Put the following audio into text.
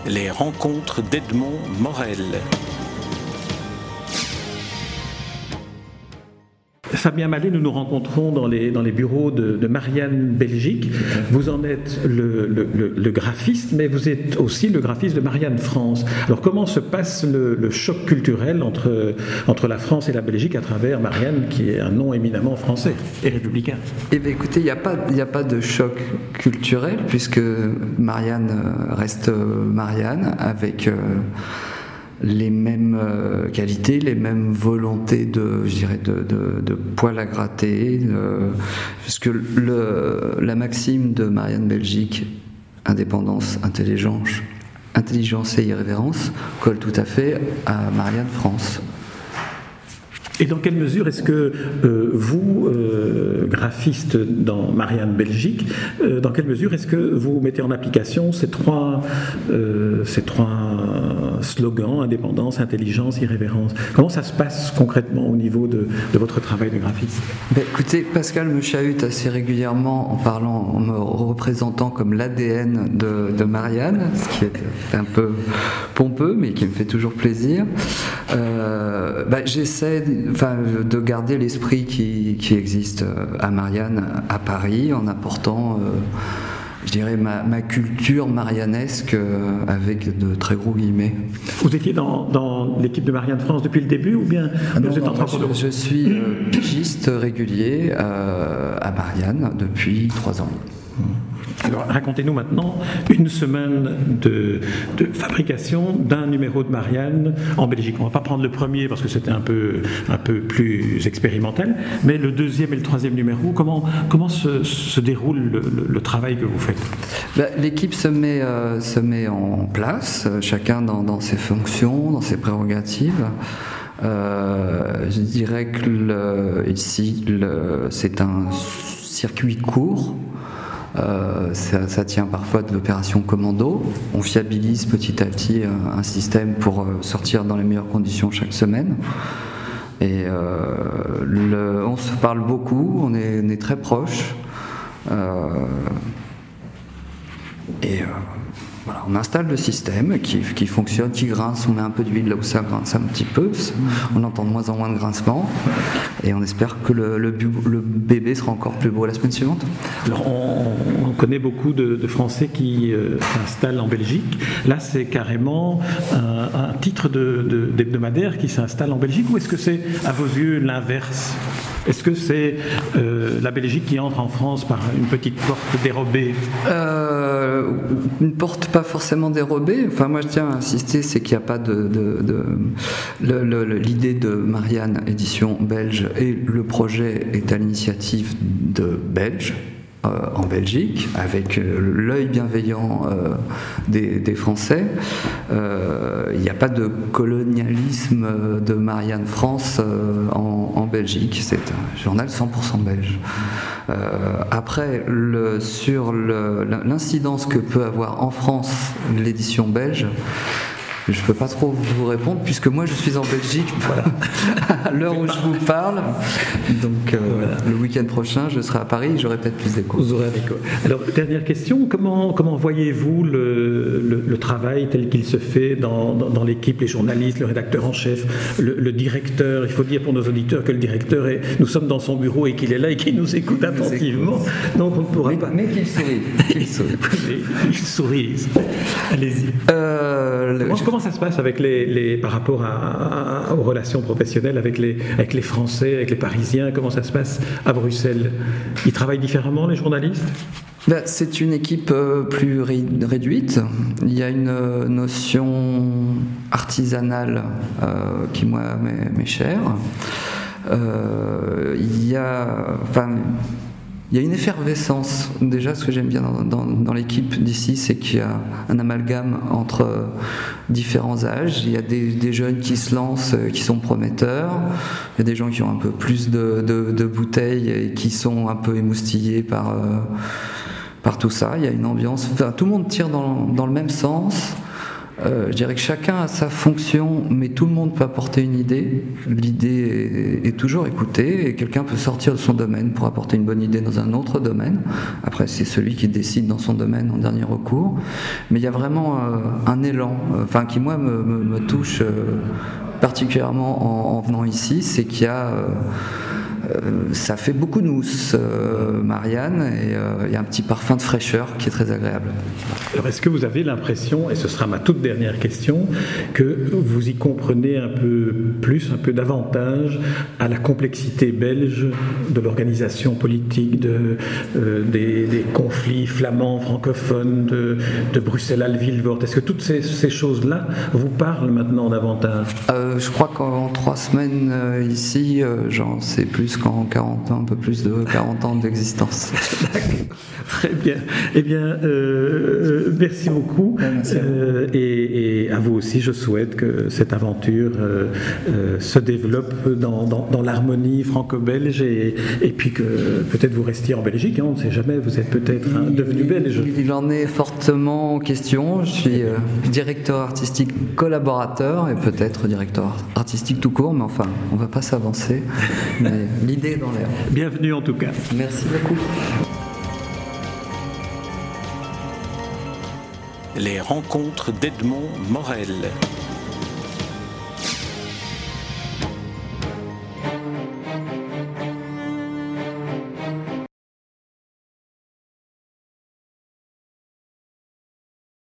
Les rencontres d'Edmond Morel. Fabien Mallet, nous nous rencontrons dans les bureaux de Marianne Belgique. Vous en êtes le graphiste, mais vous êtes aussi le graphiste de Marianne France. Alors comment se passe le choc culturel entre la France et la Belgique à travers Marianne, qui est un nom éminemment français et républicain? Eh bien écoutez, il n'y a pas de choc culturel, puisque Marianne reste Marianne, avec les mêmes qualités, les mêmes volontés de poil à gratter, puisque la maxime de Marianne Belgique, indépendance, intelligence et irrévérence, colle tout à fait à Marianne France. Et dans quelle mesure est-ce que vous, graphiste dans Marianne Belgique, dans quelle mesure est-ce que vous mettez en application ces trois slogans, indépendance, intelligence, irrévérence? Comment ça se passe concrètement au niveau de votre travail de graphiste? Écoutez, Pascal me chahute assez régulièrement en me représentant comme l'ADN de Marianne, ce qui est un peu pompeux, mais qui me fait toujours plaisir. J'essaie de garder l'esprit qui existe à Marianne, à Paris, en apportant, ma culture marianesque avec de très gros guillemets. Vous étiez dans l'équipe de Marianne France depuis le début, ou bien vous êtes en train de... Je suis pigiste régulier à Marianne depuis 3 ans. Alors, racontez-nous maintenant une semaine de fabrication d'un numéro de Marianne en Belgique. On ne va pas prendre le premier parce que c'était un peu plus expérimental, mais le deuxième et le troisième numéro, comment se déroule le travail que vous faites? L'équipe se met en place, chacun dans ses fonctions, dans ses prérogatives. Je dirais que ici, c'est un circuit court. Ça tient parfois de l'opération commando. On fiabilise petit à petit un système pour sortir dans les meilleures conditions chaque semaine. Et on se parle beaucoup, on est très proches. Voilà, on installe le système qui fonctionne, qui grince, on met un peu d'huile là où ça grince un petit peu, on entend de moins en moins de grincement, et on espère que le bébé sera encore plus beau la semaine suivante. Alors on connaît beaucoup de Français qui s'installent en Belgique. Là c'est carrément un titre d'hebdomadaire qui s'installe en Belgique, ou est-ce que c'est à vos yeux l'inverse? Est-ce que c'est la Belgique qui entre en France par une petite porte dérobée? Une porte pas forcément dérobée. Enfin, moi, je tiens à insister, c'est qu'il n'y a pas l'idée de Marianne édition belge, et le projet est à l'initiative de Belges en Belgique, avec l'œil bienveillant des Français. Il n'y a pas de colonialisme de Marianne France en Belgique. C'est un journal 100% belge. Après, sur l'incidence que peut avoir en France l'édition belge, je ne peux pas trop vous répondre, puisque moi je suis en Belgique, voilà, à l'heure où je vous parle. Donc voilà. Le week-end prochain, je serai à Paris, j'aurai peut-être plus d'écho. Vous aurez un écho. Alors, dernière question, comment voyez-vous le travail tel qu'il se fait dans l'équipe, les journalistes, le rédacteur en chef, le directeur? Il faut dire pour nos auditeurs que le directeur nous sommes dans son bureau et qu'il est là et qu'il nous écoute attentivement. Donc on ne pourra pas. Mais qu'il sourit. Il sourit. Allez-y. Comment ça se passe avec par rapport aux relations professionnelles avec les Français, avec les Parisiens? Comment ça se passe à Bruxelles? Ils travaillent différemment, les journalistes? C'est une équipe plus réduite. Il y a une notion artisanale qui, moi, m'est chère. Il y a une effervescence. Déjà, ce que j'aime bien dans l'équipe d'ici, c'est qu'il y a un amalgame entre différents âges. Il y a des jeunes qui se lancent, qui sont prometteurs. Il y a des gens qui ont un peu plus de bouteilles et qui sont un peu émoustillés par tout ça. Il y a une ambiance. Enfin, tout le monde tire dans le même sens. Je dirais que chacun a sa fonction, mais tout le monde peut apporter une idée. L'idée est toujours écoutée et quelqu'un peut sortir de son domaine pour apporter une bonne idée dans un autre domaine. Après, c'est celui qui décide dans son domaine en dernier recours. Mais il y a vraiment un élan, qui moi me touche particulièrement en venant ici, c'est qu'il y a... ça fait beaucoup de mousse, Marianne, et il y a un petit parfum de fraîcheur qui est très agréable. Alors, est-ce que vous avez l'impression, et ce sera ma toute dernière question, que vous y comprenez un peu plus, un peu davantage à la complexité belge de l'organisation politique, des conflits flamands, francophones, de Bruxelles-Vilvoorde? Est-ce que toutes ces choses-là vous parlent maintenant davantage? Je crois qu'en 3 semaines ici, j'en sais plus qu'en 40 ans, un peu plus de 40 ans d'existence. Très bien. Eh bien, merci beaucoup. Merci à vous. Et à vous aussi, je souhaite que cette aventure se développe dans l'harmonie franco-belge et puis que peut-être vous restiez en Belgique, on ne sait jamais, vous êtes peut-être devenu belge. Il en est fortement question. Je suis directeur artistique collaborateur et peut-être directeur artistique tout court, mais enfin, on ne va pas s'avancer. Mais l'idée est dans l'air. Bienvenue en tout cas. Merci beaucoup. Les rencontres d'Edmond Morel.